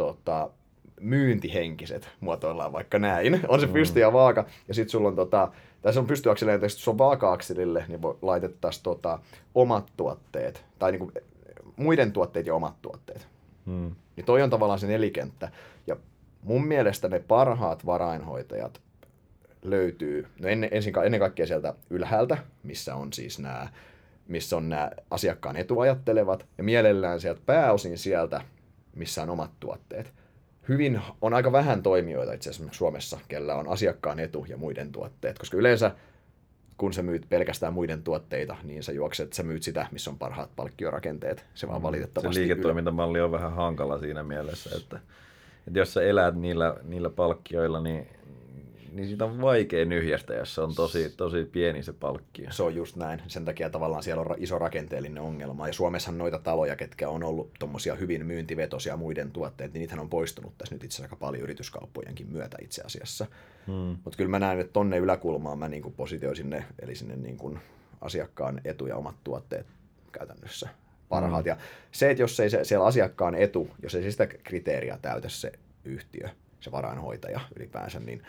Speaker 1: myyntihenkiset, muotoillaan vaikka näin. On se pysty ja vaaka, ja sitten sulla on tässä on pystyakselille, ja sitten sulla on vaaka-akselille, niin laitettaisiin omat tuotteet, tai niinku muiden tuotteet ja omat tuotteet. Niin toi on tavallaan se nelikenttä. Ja mun mielestä ne parhaat varainhoitajat löytyy ennen kaikkea sieltä ylhäältä, missä on siis nämä asiakkaan etuajattelevat, ja mielellään sieltä pääosin sieltä, missä on omat tuotteet. On aika vähän toimijoita itse asiassa Suomessa, kellä on asiakkaan etu ja muiden tuotteet, koska yleensä kun sä myyt pelkästään muiden tuotteita, niin sä myyt sitä, missä on parhaat palkkiorakenteet. Se vaan valitettavasti...
Speaker 2: Se liiketoimintamalli on vähän hankala siinä mielessä, että jos sä elät niillä palkkioilla, niin siitä on vaikea nyhjästä, jos se on tosi pieni se palkkio.
Speaker 1: Se on just näin. Sen takia tavallaan siellä on iso rakenteellinen ongelma. Ja Suomessahan noita taloja, ketkä on ollut tommosia hyvin myyntivetosia muiden tuotteet, niin niitähän on poistunut tässä nyt itse asiassa aika paljon yrityskauppojenkin myötä itse asiassa. Mutta kyllä mä näen, että tonne yläkulmaan mä niinku positioisin ne, eli sinne niinku asiakkaan etu ja omat tuotteet käytännössä parhaat. Ja se, että jos ei siellä asiakkaan etu, jos ei sitä kriteeriä täytä se yhtiö, se varainhoitaja ylipäänsä, niin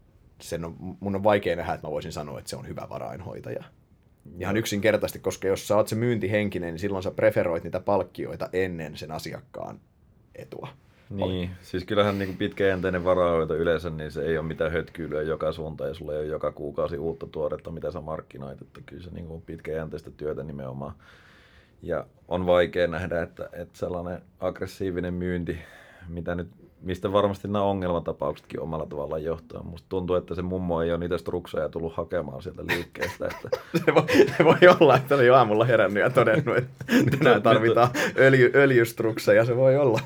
Speaker 1: mun on vaikea nähdä, että mä voisin sanoa, että se on hyvä varainhoitaja. Ihan yksinkertaisesti, koska jos sä oot se myyntihenkinen, niin silloin sä preferoit niitä palkkioita ennen sen asiakkaan etua.
Speaker 2: Niin, siis kyllähän niin pitkäjänteinen varainhoito yleensä, niin se ei ole mitään hötkyilyä joka suuntaan ja sulla ei ole joka kuukausi uutta tuoretta, mitä sä markkinoit. Että kyllä se niin kuin pitkäjänteistä työtä nimenomaan. Ja on vaikea nähdä, että sellainen aggressiivinen myynti, mistä varmasti nämä ongelmatapauksetkin omalla tavallaan johtaa. Musta tuntuu, että se mummo ei ole niitä strukseja tullut hakemaan sieltä liikkeestä. Että...
Speaker 1: se voi olla, että oli aamulla herännyt ja todennut, että tänään tarvitaan öljystrukseja, se voi olla.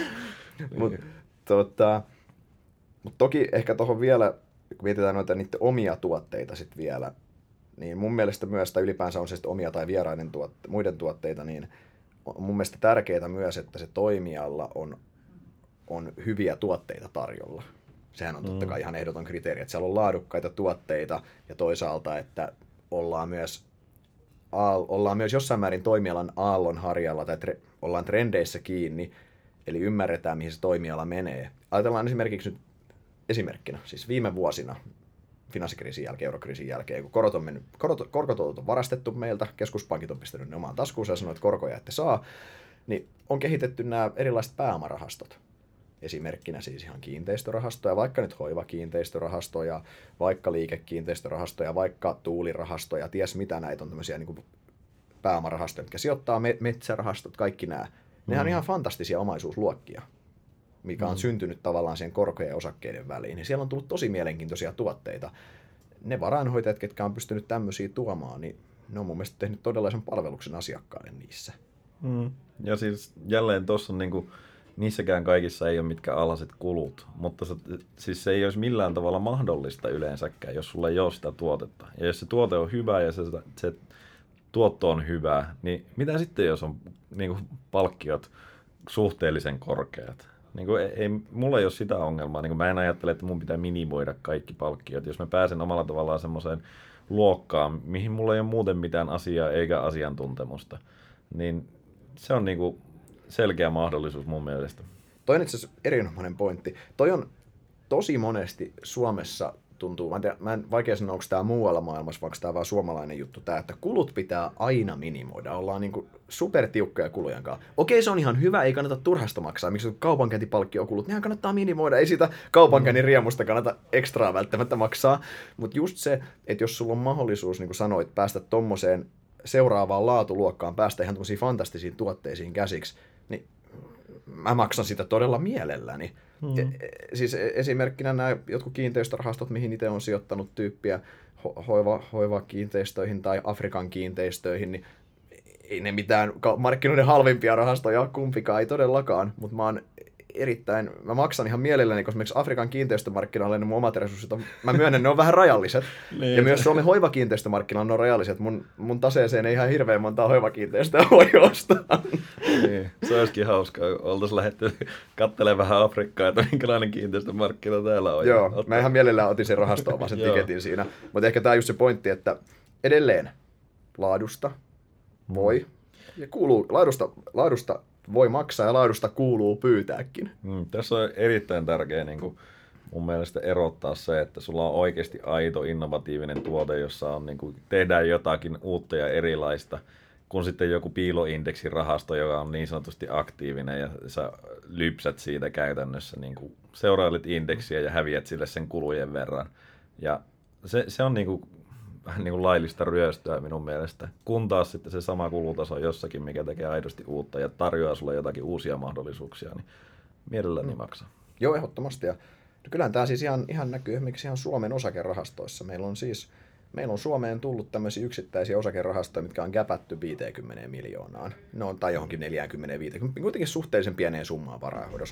Speaker 1: Mutta toki ehkä tuohon vielä, kun mietitään noita niiden omia tuotteita sitten vielä, niin mun mielestä myös, tai ylipäänsä on se sitten omia tai vieraiden muiden tuotteita, niin on mun mielestä tärkeää myös, että se toimijalla on hyviä tuotteita tarjolla. Sehän on totta kai ihan ehdoton kriteeri, että siellä on laadukkaita tuotteita ja toisaalta, että ollaan myös jossain määrin toimialan aallonharjalla tai ollaan trendeissä kiinni, eli ymmärretään, mihin se toimiala menee. Ajatellaan esimerkiksi nyt esimerkkinä, siis viime vuosina, finanssikriisin jälkeen, eurokriisin jälkeen, kun korkot on varastettu meiltä, keskuspankit on pistänyt ne omaan taskuunsa ja sanoo, että korkoja ette saa, niin on kehitetty nämä erilaiset pääomarahastot. Esimerkkinä siis ihan kiinteistörahastoja, vaikka nyt hoivakiinteistörahastoja, vaikka liikekiinteistörahastoja, vaikka tuulirahastoja, ties mitä näitä on tämmöisiä niin kuin pääomarahastoja, jotka sijoittaa metsärahastot, kaikki nämä. Nehän on ihan fantastisia omaisuusluokkia. mikä on syntynyt tavallaan siihen korkojen ja osakkeiden väliin, niin siellä on tullut tosi mielenkiintoisia tuotteita. Ne varainhoitajat, ketkä on pystynyt tämmöisiä tuomaan, niin ne on mun mielestä tehnyt todella ison palveluksen asiakkaille niissä.
Speaker 2: Ja siis jälleen tuossa niinku, niissäkään kaikissa ei ole mitkään alhaiset kulut, mutta siis se ei olisi millään tavalla mahdollista yleensäkään, jos sulla ei ole sitä tuotetta. Ja jos se tuote on hyvä ja se tuotto on hyvä, niin mitä sitten, jos on niinku, palkkiot suhteellisen korkeat? Niinku, mulla ei ole sitä ongelmaa. Niinku, mä en ajattele, että mun pitää minimoida kaikki palkkiot. Jos mä pääsen omalla tavallaan semmoiseen luokkaan, mihin mulla ei ole muuten mitään asiaa eikä asiantuntemusta, niin se on niinku selkeä mahdollisuus mun mielestä.
Speaker 1: Toi on itse asiassa erinomainen pointti. Toi on tosi monesti Suomessa tuntuu, mä en vaikea sanoa, onko tämä muualla maailmassa, vaikka tämä vaan suomalainen juttu, tämä, että kulut pitää aina minimoida. Ollaan niinku supertiukkoja kulujen kanssa. Okei, se on ihan hyvä, ei kannata turhasta maksaa. Miksi kaupankäyntipalkkiokulut, nehän kannattaa minimoida. Ei siitä kaupankäynnin riemusta kannata ekstraa välttämättä maksaa. Mutta just se, että jos sulla on mahdollisuus, niin kuin sanoit, päästä tommoseen seuraavaan laatuluokkaan, päästä ihan tommosiin fantastisiin tuotteisiin käsiksi, niin mä maksan sitä todella mielelläni. Siis esimerkkinä nämä jotkut kiinteistörahastot, mihin itse on sijoittanut tyyppiä hoivakiinteistöihin tai Afrikan kiinteistöihin, niin ei ne mitään markkinoiden halvimpia rahastoja ole kumpikaan, ei todellakaan, mutta mä maksan ihan mielelläni, koska esimerkiksi Afrikan kiinteistömarkkinoilla niin mun omat resurssit on, mä myönnän, ne on vähän rajalliset. Niin. Ja myös Suomen hoivakiinteistömarkkinoilla ne on rajalliset. Mun taseeseen ei ihan hirveän montaa hoivakiinteistöä voi ostaa.
Speaker 2: Niin, se olisikin hauskaa. Oltaisiin lähdetty katselemaan vähän Afrikkaa, että minkälainen kiinteistömarkkina täällä on.
Speaker 1: Joo, mä ihan mielellään otin sen rahastoon vaan sen tiketin siinä. Mutta ehkä tää on just se pointti, että edelleen laadusta voi ja kuuluu, laadusta voi maksaa ja laadusta kuuluu pyytääkin.
Speaker 2: Tässä on erittäin tärkeää niin kuin mun mielestä erottaa se, että sulla on oikeasti aito innovatiivinen tuote, jossa on, niin kuin, tehdään jotakin uutta ja erilaista, kun sitten joku piiloindeksirahasto, joka on niin sanotusti aktiivinen ja sä lypsät siitä käytännössä, niin kuin seurailet indeksiä ja häviät sille sen kulujen verran. Ja se on niin kuin vähän niin kuin laillista ryöstöä minun mielestä, kun taas sitten se sama kulutaso jossakin, mikä tekee aidosti uutta ja tarjoaa sulle jotakin uusia mahdollisuuksia, niin mielelläni maksaa.
Speaker 1: Joo, ehdottomasti. Ja kyllähän tämä siis ihan näkyy esimerkiksi ihan Suomen osakerahastoissa. Meillä on Suomeen tullut tämmöisiä yksittäisiä osakerahastoja, mitkä on gäpätty 50 miljoonaan. Ne on tai johonkin 40-50, kuitenkin suhteellisen pieneen summaan varainhoidossa.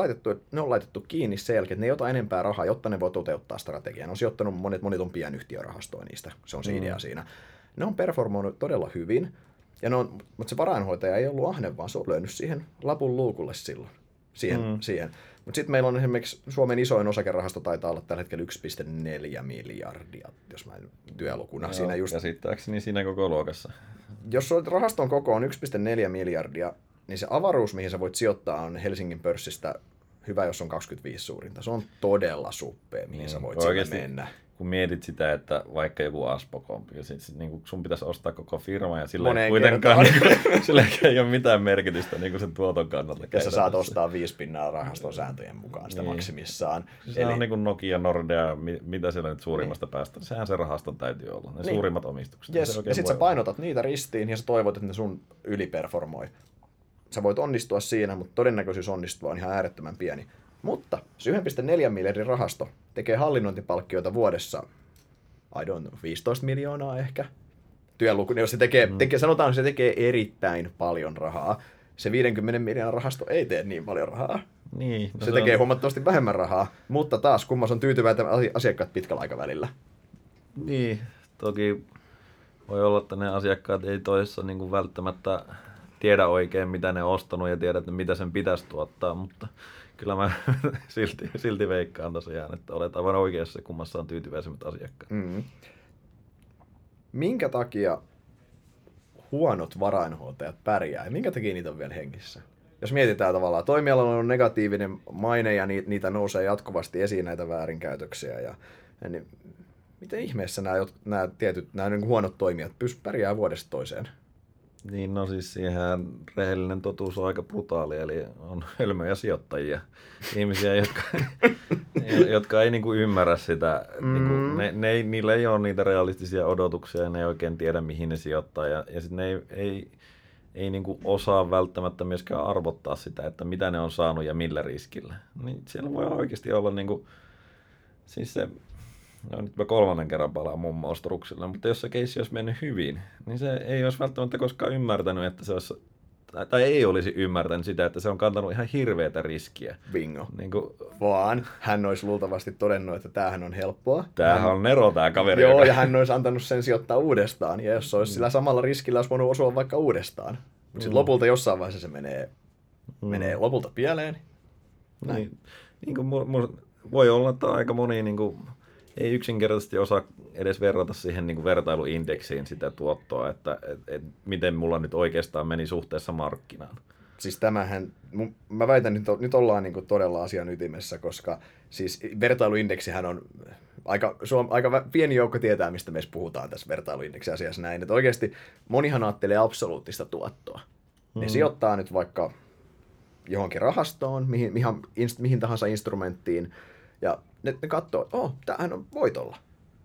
Speaker 1: Ne on laitettu kiinni sen jälkeen, että ne ei ota enempää rahaa, jotta ne voi toteuttaa strategiaa. Ne on sijoittanut monet on pienyhtiörahastoja niistä, se on se idea siinä. Ne on performoinut todella hyvin, mutta se varainhoitaja ei ollut ahne, vaan se on löynyt siihen lapun luukulle silloin. Siihen. Mutta sitten meillä on esimerkiksi Suomen isoin osakerahasto taitaa olla tällä hetkellä 1,4 miljardia, jos mä en työlukuna. Siinä just
Speaker 2: käsittääkseni siinä koko luokassa.
Speaker 1: Jos rahaston koko on 1,4 miljardia, niin se avaruus, mihin sä voit sijoittaa, on Helsingin pörssistä hyvä, jos on 25 suurinta. Se on todella suppea, mihin sä voit sinne mennä.
Speaker 2: Kun mietit sitä, että vaikka joku Aspo-kompi, ja niin sun pitäisi ostaa koko firma, ja sillä ei kuitenkaan sillä ei ole mitään merkitystä niin sen tuoton kannalta.
Speaker 1: Ja sä saat ostaa 5% rahaston sääntöjen mukaan sitä maksimissaan.
Speaker 2: Se on niin kuin Nokia, Nordea, mitä siellä nyt suurimmasta päästä. Sehän se rahaston täytyy olla, ne suurimmat omistukset.
Speaker 1: Yes. Ja sitten sä painotat niitä ristiin, ja sä toivot, että ne sun yliperformoi. Sä voit onnistua siinä, mutta todennäköisyys onnistua on ihan äärettömän pieni. Mutta se 1,4 miljardin rahasto tekee hallinnointipalkkioita vuodessa, 15 miljoonaa ehkä. Työluku, jos se sanotaan, että se tekee erittäin paljon rahaa. Se 50 miljoonan rahasto ei tee niin paljon rahaa.
Speaker 2: Niin,
Speaker 1: se tekee huomattavasti vähemmän rahaa, mutta taas kummas on tyytyväitä asiakkaat pitkällä aikavälillä.
Speaker 2: Niin, toki voi olla, että ne asiakkaat ei toisessa niin kuin välttämättä tiedä oikein, mitä ne on ostanut ja tiedä, että mitä sen pitäisi tuottaa, mutta kyllä mä silti veikkaan tosiaan, että olet aivan oikeassa, kummassa on tyytyväisemmät asiakkaat.
Speaker 1: Minkä takia huonot varainhoitajat pärjää ja minkä takia niitä on vielä hengissä? Jos mietitään tavallaan, toimialalla on negatiivinen maine ja niitä nousee jatkuvasti esiin näitä väärinkäytöksiä. Niin miten ihmeessä nämä niin kuin huonot toimijat pärjää vuodesta toiseen?
Speaker 2: Niin, no siis siihen rehellinen totuus on aika brutaali, eli on hölmöjä sijoittajia. Ihmisiä, jotka ei niinku ymmärrä sitä, niillä ei ole niitä realistisia odotuksia ja ne ei oikein tiedä, mihin ne sijoittaa. Ja sitten ne ei niin kuin osaa välttämättä myöskään arvottaa sitä, että mitä ne on saanut ja millä riskillä. Niin siellä voi oikeasti olla niin kuin, siis se, no nyt mä 3. kerran palaan mummo Struksille, mutta jos se keissi olisi mennyt hyvin, niin se ei olisi välttämättä koskaan ymmärtänyt, että se olisi, tai ei olisi ymmärtänyt sitä, että se on kantanut ihan hirveätä riskiä.
Speaker 1: Bingo.
Speaker 2: Niin kuin,
Speaker 1: vaan hän olisi luultavasti todennut, että tämähän on helppoa.
Speaker 2: Tämähän on nero tää kaveri.
Speaker 1: Joo, ja hän olisi antanut sen sijoittaa uudestaan. Ja jos se olisi sillä samalla riskillä, olisi voinut osua vaikka uudestaan. Mutta sitten lopulta jossain vaiheessa se menee lopulta pieleen.
Speaker 2: Niin kuin voi olla, että aika moni niin kuin, ei yksinkertaisesti osaa edes verrata siihen niin kuin vertailuindeksiin sitä tuottoa, että miten mulla nyt oikeastaan meni suhteessa markkinaan.
Speaker 1: Siis tämähän, mä väitän, että nyt ollaan niin kuin todella asian ytimessä, koska siis vertailuindeksihän on aika pieni joukko tietää, mistä me puhutaan tässä vertailuindeksi-asiassa näin. Että oikeasti monihan ajattelee absoluuttista tuottoa. Ne sijoittaa nyt vaikka johonkin rahastoon, mihin tahansa instrumenttiin, ja ne katsoo, että tämähän on voitolla.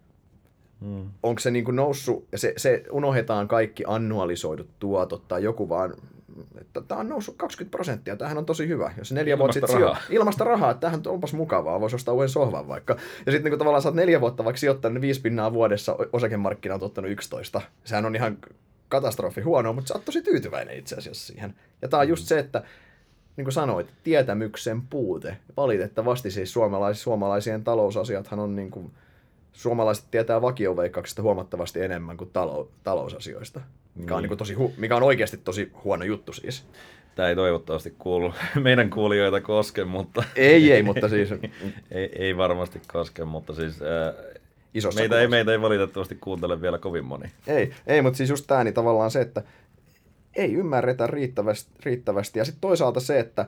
Speaker 1: Onko se niin kuin noussut, ja se unohdetaan kaikki annualisoidut tuotot tai joku vaan, että tämä on noussut 20%, tämähän on tosi hyvä. Jos 4 vuotta sitten ilmasta rahaa, että tämähän onpas mukavaa, voisi ostaa uuden sohvan vaikka. Ja sitten niin tavallaan sä oot 4 vuotta vaikka sijoittanut 5% vuodessa, osakemarkkina on ottanut 11. Sehän on ihan katastrofi huonoa, mutta sä oot tosi tyytyväinen itse asiassa siihen. Ja tää on just se, että niin kuin sanoit, tietämyksen puute. Valitettavasti siis suomalaisien talousasiathan on niin kuin, suomalaiset tietää vakioveikkauksista huomattavasti enemmän kuin talousasioista, mikä on oikeasti tosi huono juttu siis.
Speaker 2: Tämä ei toivottavasti kuulu meidän kuulijoita koske, mutta...
Speaker 1: Ei, mutta siis...
Speaker 2: ei varmasti koske, mutta siis... Meitä ei valitettavasti kuuntele vielä kovin moni.
Speaker 1: Ei, mutta siis just tämä, niin tavallaan se, että ei ymmärretä riittävästi. Ja sitten toisaalta se, että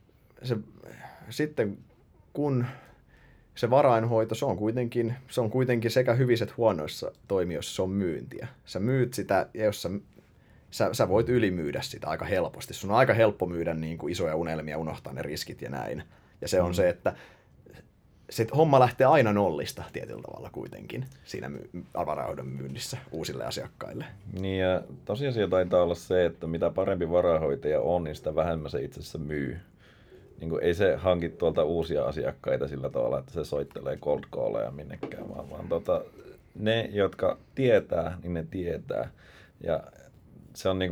Speaker 1: sitten kun se varainhoito, se on kuitenkin sekä hyvissä että huonoissa toimijoissa, se on myyntiä. Sä myyt sitä, ja jos sä voit ylimyydä sitä aika helposti. Sun on aika helppo myydä niin kuin isoja unelmia, unohtaa ne riskit ja näin. Ja se on se, että se homma lähtee aina nollista tietyllä tavalla kuitenkin siinä varainhoidon myynnissä uusille asiakkaille.
Speaker 2: Niin ja tosiasia taitaa olla se, että mitä parempi varainhoitaja on, niin sitä vähemmän se itse asiassa myy. Niin kuin ei se hanki tuolta uusia asiakkaita sillä tavalla, että se soittelee cold calleja minnekään, vaan ne, jotka tietää, niin ne tietää. Ja se on,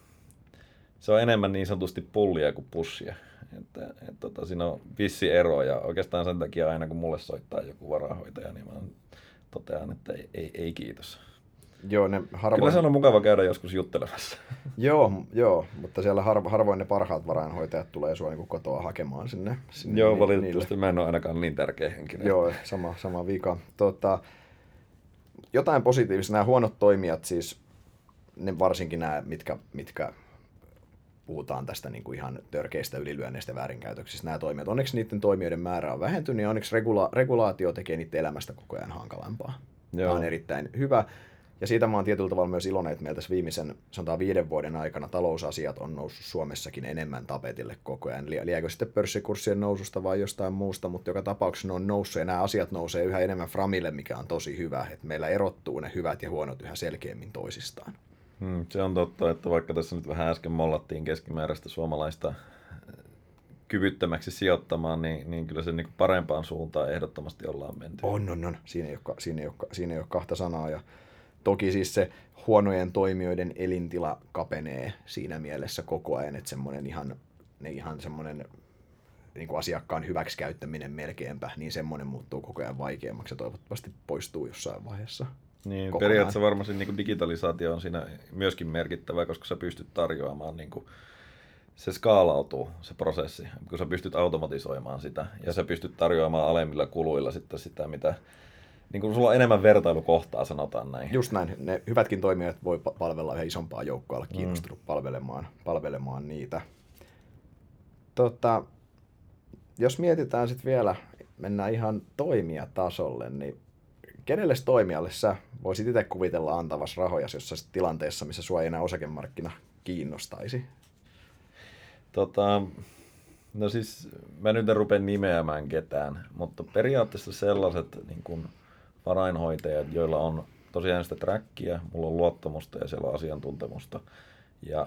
Speaker 2: se on enemmän niin sanotusti pullia kuin pussia. Siinä on vissi ero ja oikeastaan sen takia aina kun mulle soittaa joku varainhoitaja, niin mä totean, että ei kiitos.
Speaker 1: Joo,
Speaker 2: Kyllä se on mukava käydä joskus juttelemassa.
Speaker 1: Joo, mutta siellä harvoin ne parhaat varainhoitajat tulee sua niin kotoa hakemaan sinne.
Speaker 2: Joo, valitettavasti mä en ole ainakaan niin tärkeä henkilö.
Speaker 1: Joo, sama vika. Jotain positiivista, nämä huonot toimijat siis, ne varsinkin nämä, mitkä puhutaan tästä niin kuin ihan törkeistä ylilyönneistä väärinkäytöksistä, nämä toimijat. Onneksi niiden toimijoiden määrä on vähentynyt ja onneksi regulaatio tekee niiden elämästä koko ajan hankalampaa. Joo. Tämä on erittäin hyvä. Ja siitä mä oon tietyllä tavalla myös iloinen, että meillä tässä viimeisen, sanotaan 5 vuoden aikana talousasiat on noussut Suomessakin enemmän tapetille koko ajan. Liekö sitten pörssikurssien noususta vai jostain muusta, mutta joka tapauksessa ne on noussut ja nämä asiat nousee yhä enemmän framille, mikä on tosi hyvä, että meillä erottuu ne hyvät ja huonot yhä selkeämmin toisistaan.
Speaker 2: Se on totta, että vaikka tässä nyt vähän äsken mollattiin keskimääräistä suomalaista kyvyttömäksi sijoittamaan, niin kyllä se niin kuin parempaan suuntaan ehdottomasti ollaan menty.
Speaker 1: On. Siinä ei ole kahta sanaa. Ja toki siis se huonojen toimijoiden elintila kapenee siinä mielessä koko ajan, että semmoinen ihan semmoinen niin kuin asiakkaan hyväksikäyttäminen melkeinpä, niin semmoinen muuttuu koko ajan vaikeammaksi ja toivottavasti poistuu jossain vaiheessa.
Speaker 2: Niin, periaatteessa varmasti niin kuin digitalisaatio on siinä myöskin merkittävä, koska sä pystyt tarjoamaan, niin kuin, se skaalautuu se prosessi, kun sä pystyt automatisoimaan sitä ja sä pystyt tarjoamaan alemmilla kuluilla sitten sitä, mitä niin kun sulla on enemmän vertailukohtaa, sanotaan näin.
Speaker 1: Just näin. Ne hyvätkin toimijat voi palvella ihan isompaa joukkoa, olla kiinnostunut palvelemaan niitä. Jos mietitään sitten vielä, mennään ihan toimijatasolle, niin kenelle toimijalle sä voisit itse kuvitella antavas rahoja jossain tilanteessa, missä sua ei enää osakemarkkina kiinnostaisi?
Speaker 2: No siis, mä nyt en rupea nimeämään ketään, mutta periaatteessa sellaiset niin kun varainhoitajat, joilla on tosiaan sitä trackia, mulla on luottamusta ja siellä on asiantuntemusta. Ja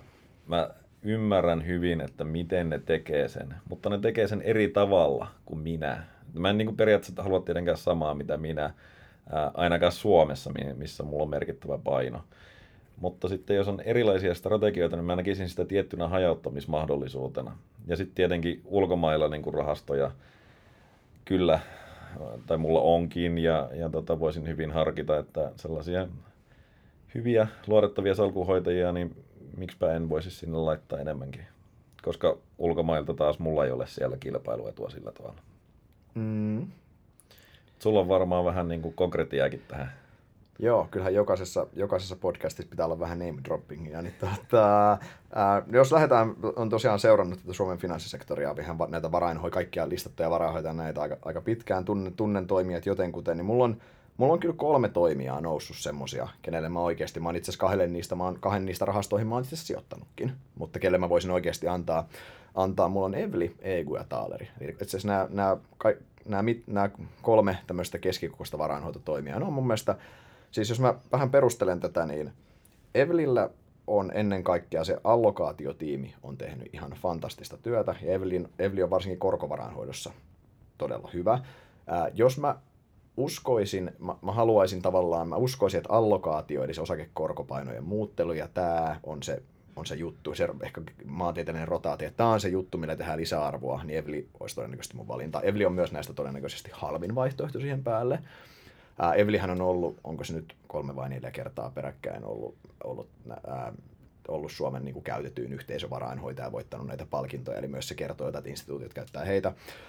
Speaker 2: mä ymmärrän hyvin, että miten ne tekee sen, mutta ne tekee sen eri tavalla kuin minä. Mä en niin kuin periaatteessa halua tietenkään samaa, mitä minä, ainakaan Suomessa, missä mulla on merkittävä paino. Mutta sitten jos on erilaisia strategioita, niin mä näkisin sitä tiettynä hajauttamismahdollisuutena. Ja sitten tietenkin ulkomailla niin kuin rahastoja kyllä, tai mulla onkin, ja voisin hyvin harkita, että sellaisia hyviä, luotettavia salkunhoitajia, niin miksipä en voisi sinne laittaa enemmänkin. Koska ulkomailta taas mulla ei ole siellä kilpailuetua sillä tavalla.
Speaker 1: Mm.
Speaker 2: Sulla on varmaan vähän niin kuin konkretiaakin tähän.
Speaker 1: Joo, kyllähän jokaisessa podcastissa pitää olla vähän name droppingia. Niin jos lähdetään, on tosiaan seurannut tätä Suomen finanssisektoria, ihan näitä kaikkia listattuja varainhoitajia näitä aika pitkään, tunnen toimijat jotenkuten, niin mulla on kyllä 3 toimijaa noussut semmosia, kenelle mä oikeasti, mä oon itse asiassa kahden niistä rahastoihin mä oon itse asiassa sijoittanutkin, mutta kelle mä voisin oikeasti antaa mulla on Evli, Egu ja Taaleri. Eli itse asiassa nämä 3 tämmöistä keskikokoista varainhoitotoimijaa, ne on mun mielestä, siis jos mä vähän perustelen tätä, niin Evlillä on ennen kaikkea se allokaatiotiimi on tehnyt ihan fantastista työtä, ja Evli on varsinkin korkovarainhoidossa todella hyvä. Jos mä uskoisin, mä uskoisin, että allokaatio, eli se osakekorkopainojen muuttelu, ja tämä on se juttu, se ehkä maantieteellinen rotaatio, että tämä on se juttu, millä tehdään lisäarvoa, niin Evli olisi todennäköisesti mun valinta. Evli on myös näistä todennäköisesti halvin vaihtoehto siihen päälle. Evlihän on ollut, onko se nyt 3 vai 4 kertaa peräkkäin ollut Suomen niin kuin käytetyin yhteisövarainhoitaja, voittanut näitä palkintoja, eli myös se kertoo, että instituutiot käyttää heitä.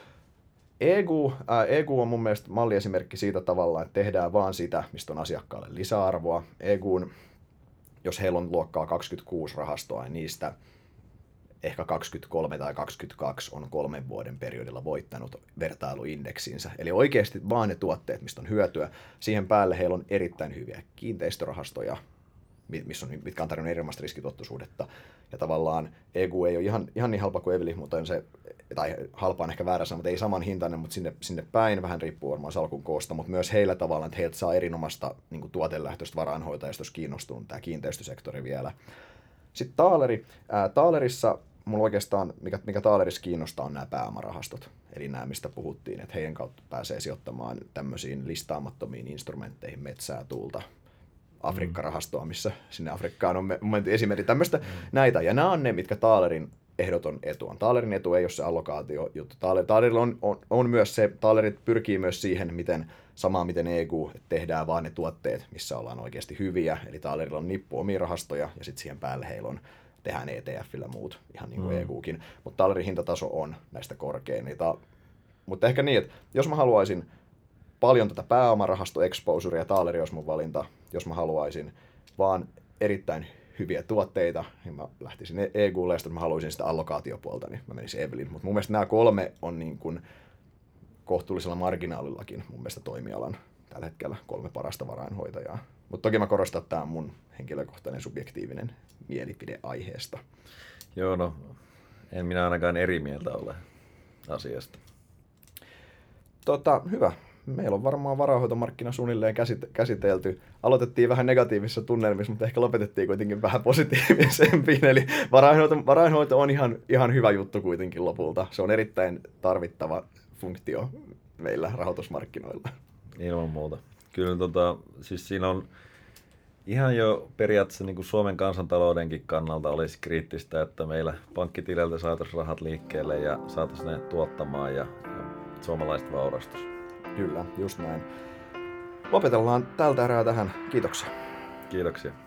Speaker 1: EGU on mun mielestä malliesimerkki siitä tavalla, että tehdään vaan sitä, mistä on asiakkaalle lisäarvoa. EGUn, jos heillä on luokkaa 26 rahastoa, niin niistä ehkä 23 tai 22 on 3 vuoden periodilla voittanut vertailuindeksinsä. Eli oikeasti vaan ne tuotteet, mistä on hyötyä. Siihen päälle heillä on erittäin hyviä kiinteistörahastoja, mitkä on tarjonnut erilaista riskituottosuhdetta. Ja tavallaan EGU ei ole ihan niin halpa kuin Evli, mutta on se, tai halpa on ehkä väärä sana, mutta ei saman hintainen, mutta sinne päin, vähän riippuu varmaan salkun koosta, mutta myös heillä tavallaan, että heiltä saa erinomaista niin tuotelähtöistä varainhoitajista, jos kiinnostuu tämä kiinteistösektori vielä. Sitten Taalerissa mulla oikeastaan, mikä Taalerissa kiinnostaa, on nämä pääomarahastot. Eli nämä, mistä puhuttiin, että heidän kautta pääsee sijoittamaan tämmöisiin listaamattomiin instrumentteihin, metsää, tuulta, Afrikka-rahastoa, missä sinne Afrikkaan on menty esimerkiksi tämmöistä näitä. Ja nämä on ne, mitkä Taalerin ehdoton etu on. Taalerin etu ei ole se allokaatio-juttu. Taalerilla on myös se, Taalerit pyrkii myös siihen, miten EGU, että tehdään vaan ne tuotteet, missä ollaan oikeasti hyviä. Eli Taalerilla on nippu omia rahastoja ja sitten siihen päälle heillä tehdään ETFillä muut, ihan niin kuin EGUkin. Mutta Taalerin hintataso on näistä korkein. Mutta ehkä niin, että jos mä haluaisin paljon tätä pääomarahasto-exposurea, ja Taaleri olisi mun valinta, jos mä haluaisin vaan erittäin hyviä tuotteita, niin mä lähtisin EGUlle, ja sitten mä haluaisin sitä allokaatiopuolta, niin mä menisin Evlin. Mutta mun mielestä nämä 3 on niin kuin kohtuullisella marginaalillakin mun mielestä toimialan tällä hetkellä 3 parasta varainhoitajaa. Mutta toki mä korostan, että tämä on mun henkilökohtainen subjektiivinen mielipide aiheesta.
Speaker 2: Joo, no en minä ainakaan eri mieltä ole asiasta.
Speaker 1: Hyvä. Meillä on varmaan varainhoitomarkkina suunnilleen käsitelty. Aloitettiin vähän negatiivisissa tunnelmissa, mutta ehkä lopetettiin kuitenkin vähän positiivisempiin. Eli varainhoito on ihan hyvä juttu kuitenkin lopulta. Se on erittäin tarvittava funktio meillä rahoitusmarkkinoilla.
Speaker 2: Ilman muuta. Kyllä siis siinä on ihan jo periaatteessa niin kuin Suomen kansantaloudenkin kannalta olisi kriittistä, että meillä pankkitililtä saataisiin rahat liikkeelle ja saataisiin ne tuottamaan ja suomalaiset vaurastus.
Speaker 1: Kyllä, just näin. Lopetellaan tältä erää tähän. Kiitoksia.
Speaker 2: Kiitoksia.